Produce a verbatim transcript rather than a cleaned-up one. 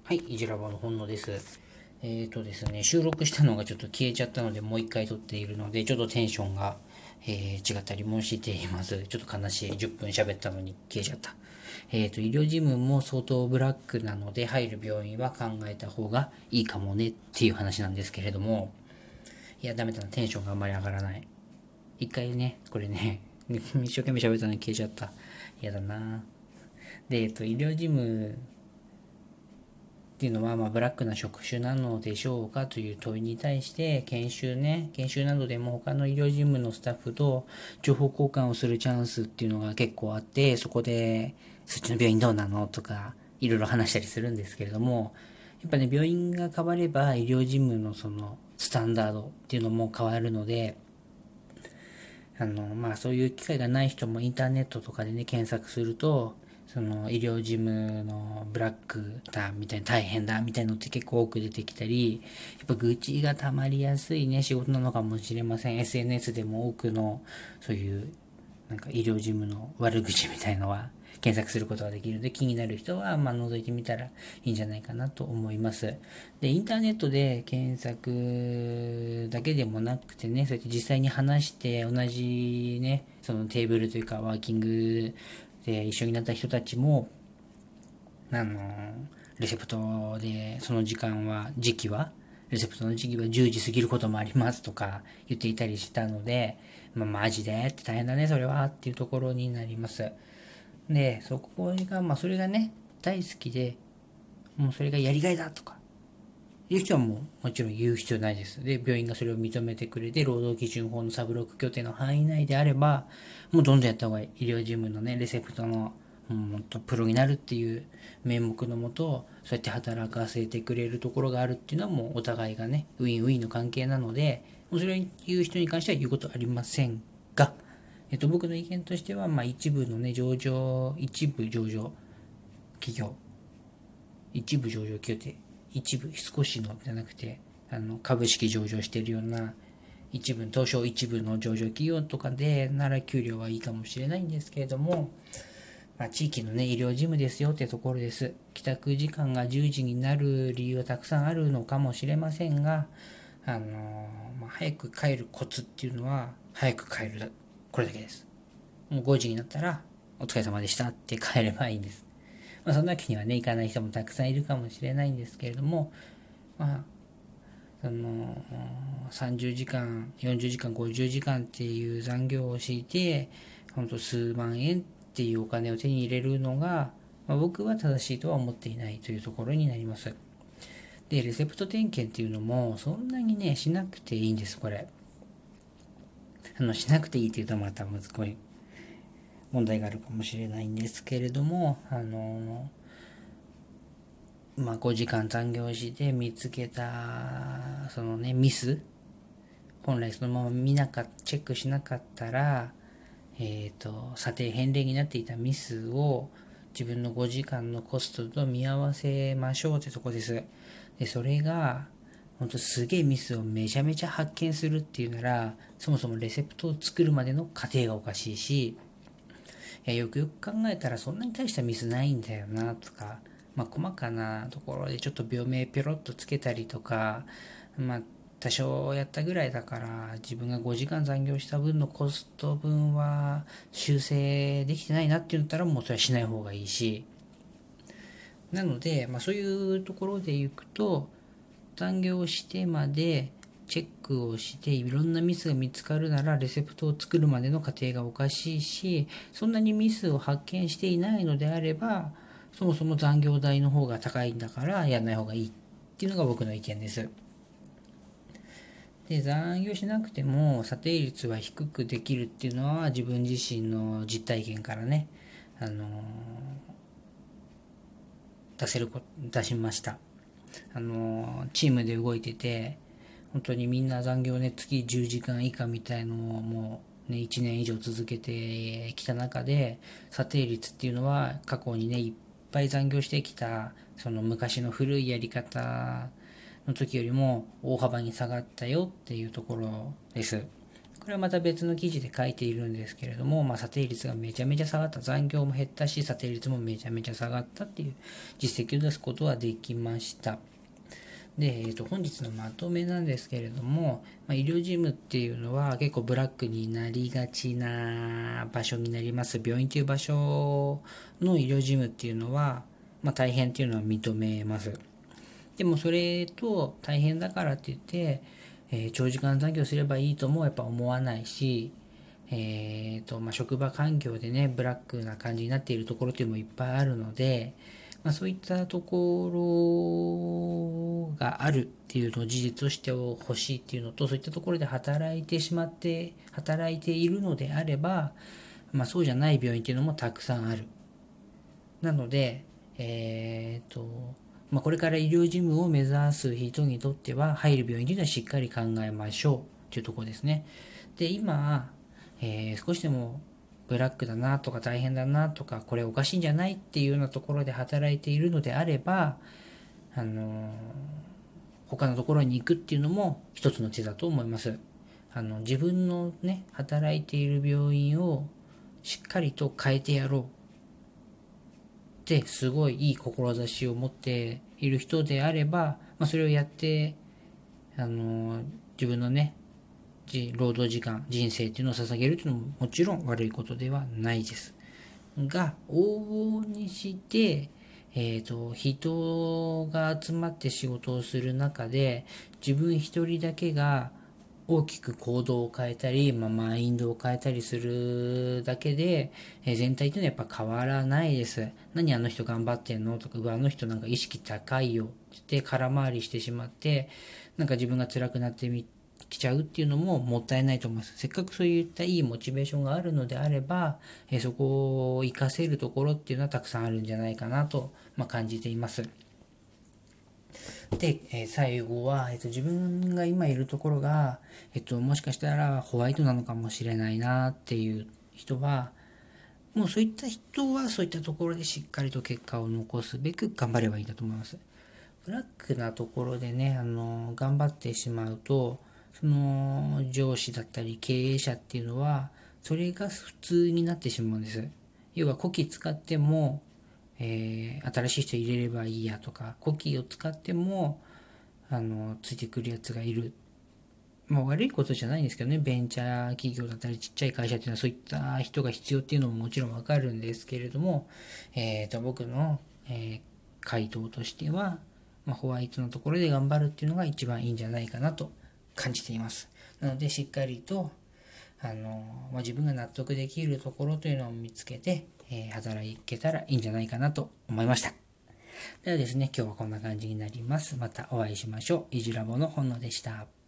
はい、イジラバの本野です。えーとですね、収録したのがちょっと消えちゃったので、もう一回撮っているので、ちょっとテンションが、えー違ったりもしています。ちょっと悲しい。じゅっぷん喋ったのに消えちゃった。えーと、医療事務も相当ブラックなので、入る病院は考えた方がいいかもねっていう話なんですけれども、いや、ダメだな。テンションがあんまり上がらない。一回ね、これね、一生懸命喋ったのに消えちゃった。嫌だな。で、えっと、医療事務っていうのは、まあ、ブラックな職種なのでしょうかという問いに対して、研修ね、研修などでも他の医療事務のスタッフと情報交換をするチャンスっていうのが結構あって、そこで、そっちの病院どうなのとか、いろいろ話したりするんですけれども、やっぱね、病院が変われば医療事務のそのスタンダードっていうのも変わるので、あの、まあそういう機会がない人もインターネットとかでね、検索すると、その医療事務のブラックだみたいな大変だみたいなのって結構多く出てきたり、やっぱ愚痴が溜まりやすいね仕事なのかもしれません。エスエヌエス でも多くのそういうなんか医療事務の悪口みたいのは検索することができるので、気になる人はまあ覗いてみたらいいんじゃないかなと思います。で、インターネットで検索だけでもなくてね、そうやって実際に話して同じね、そのテーブルというかワーキングで一緒になった人たちも、あの、レセプトでその時間は、時期は、レセプトの時期はじゅうじ過ぎることもありますとか言っていたりしたので、まあ、マジでって大変だね、それはっていうところになります。で、そこが、まあ、それがね、大好きで、もうそれがやりがいだとか、いう人はもうもちろん言う必要ないです。で、病院がそれを認めてくれて、労働基準法のサブロック協定の範囲内であれば、もうどんどんやった方がいい。医療事務のね、レセプトの、うん、とプロになるっていう名目のもと、そうやって働かせてくれるところがあるっていうのはもうお互いがね、ウィンウィンの関係なので、もうそれを言う人に関しては言うことありませんが、えっと、僕の意見としては、まあ、一部のね、上場、一部上場企業、一部上場企業って一部少しのじゃなくてあの株式上場しているような一部東証一部の上場企業とかでなら給料はいいかもしれないんですけれども、まあ、地域のね医療事務ですよってところです。帰宅時間がじゅうじになる理由はたくさんあるのかもしれませんが、あのーまあ、早く帰るコツっていうのは早く帰るこれだけです。もうごじになったらお疲れ様でしたって帰ればいいんです。まあ、そんなわけにはねいかない人もたくさんいるかもしれないんですけれども、まあそのさんじゅうじかんよんじゅうじかんごじゅうじかんっていう残業をして本当数万円っていうお金を手に入れるのが、まあ、僕は正しいとは思っていないというところになります。でレセプト点検っていうのもそんなにねしなくていいんです。これあのしなくていいっていうとまた難しい問題があるかもしれないんですけれども、あのまあ、ごじかん残業して見つけたそのねミス、本来そのまま見なかっチェックしなかったら、えーと、査定返礼になっていたミスを自分のごじかんのコストと見合わせましょうってとこです。でそれが本当すげえミスをめちゃめちゃ発見するっていうなら、そもそもレセプトを作るまでの過程がおかしいし、いやよくよく考えたらそんなに大したミスないんだよなとか、まあ、細かなところでちょっと病名ペロッとつけたりとか、まあ、多少やったぐらいだから自分がごじかん残業した分のコスト分は修正できてないなって言ったらもうそれはしない方がいいし、なので、まあ、そういうところでいくと残業してまでチェックをしていろんなミスが見つかるならレセプトを作るまでの過程がおかしいし、そんなにミスを発見していないのであればそもそも残業代の方が高いんだからやらない方がいいっていうのが僕の意見です。で残業しなくても査定率は低くできるっていうのは自分自身の実体験からね、あの出せるこ出しました。あのチームで動いてて本当にみんな残業ね月じゅうじかん以下みたいのをもうねいちねん以上続けてきた中で、査定率っていうのは過去にねいっぱい残業してきたその昔の古いやり方の時よりも大幅に下がったよっていうところです。 これはまた別の記事で書いているんですけれども、まあ、査定率がめちゃめちゃ下がった、残業も減ったし、査定率もめちゃめちゃ下がったっていう実績を出すことはできました。で、えー、と本日のまとめなんですけれども、まあ、医療事務っていうのは結構ブラックになりがちな場所になります。病院という場所の医療事務っていうのは、まあ、大変っていうのは認めます。でもそれと大変だからって言って、えー、長時間残業すればいいともやっぱ思わないし、えーとまあ、職場環境でねブラックな感じになっているところっていうのもいっぱいあるので、まあ、そういったところがあるっていうのを事実としてほしいっていうのと、そういったところで働いてしまって働いているのであれば、まあ、そうじゃない病院っていうのもたくさんある。なので、えーとまあ、これから医療事務を目指す人にとっては入る病院というのはしっかり考えましょうというところですね。で今、えー少しでもブラックだなとか大変だなとかこれおかしいんじゃないっていうようなところで働いているのであれば、あのー他のところに行くっていうのも一つの手だと思います。あの自分のね働いている病院をしっかりと変えてやろうってすごいいい志を持っている人であれば、まあ、それをやってあのー自分のね労働時間人生っていうのを捧げるっていうのももちろん悪いことではないですが、往々にして、えーと、人が集まって仕事をする中で自分一人だけが大きく行動を変えたり、まあ、マインドを変えたりするだけで、えー全体っていうのはやっぱ変わらないです。何あの人頑張ってんのとか、うわあの人なんか意識高いよって空回りしてしまって、なんか自分が辛くなってみきちゃうっていうのももったいないと思います。せっかくそういったいいモチベーションがあるのであれば、えーそこを活かせるところっていうのはたくさんあるんじゃないかなと、まあ、感じています。で、えー最後は、えっと、自分が今いるところが、えっと、もしかしたらホワイトなのかもしれないなっていう人は、もうそういった人はそういったところでしっかりと結果を残すべく頑張ればいいんだと思います。ブラックなところでね、あの、頑張ってしまうと、その上司だったり経営者っていうのは、それが普通になってしまうんです。要は、こき使っても、えー新しい人入れればいいやとか、コキを使っても、あの、ついてくるやつがいる。まあ悪いことじゃないんですけどね、ベンチャー企業だったりちっちゃい会社っていうのはそういった人が必要っていうのももちろんわかるんですけれども、えーと、僕の、えー回答としては、まあ、ホワイトのところで頑張るっていうのが一番いいんじゃないかなと感じています。なのでしっかりと、あの、まあ、自分が納得できるところというのを見つけて、えー働けたらいいんじゃないかなと思いました。ではですね、今日はこんな感じになります。またお会いしましょう。いじラボの本野でした。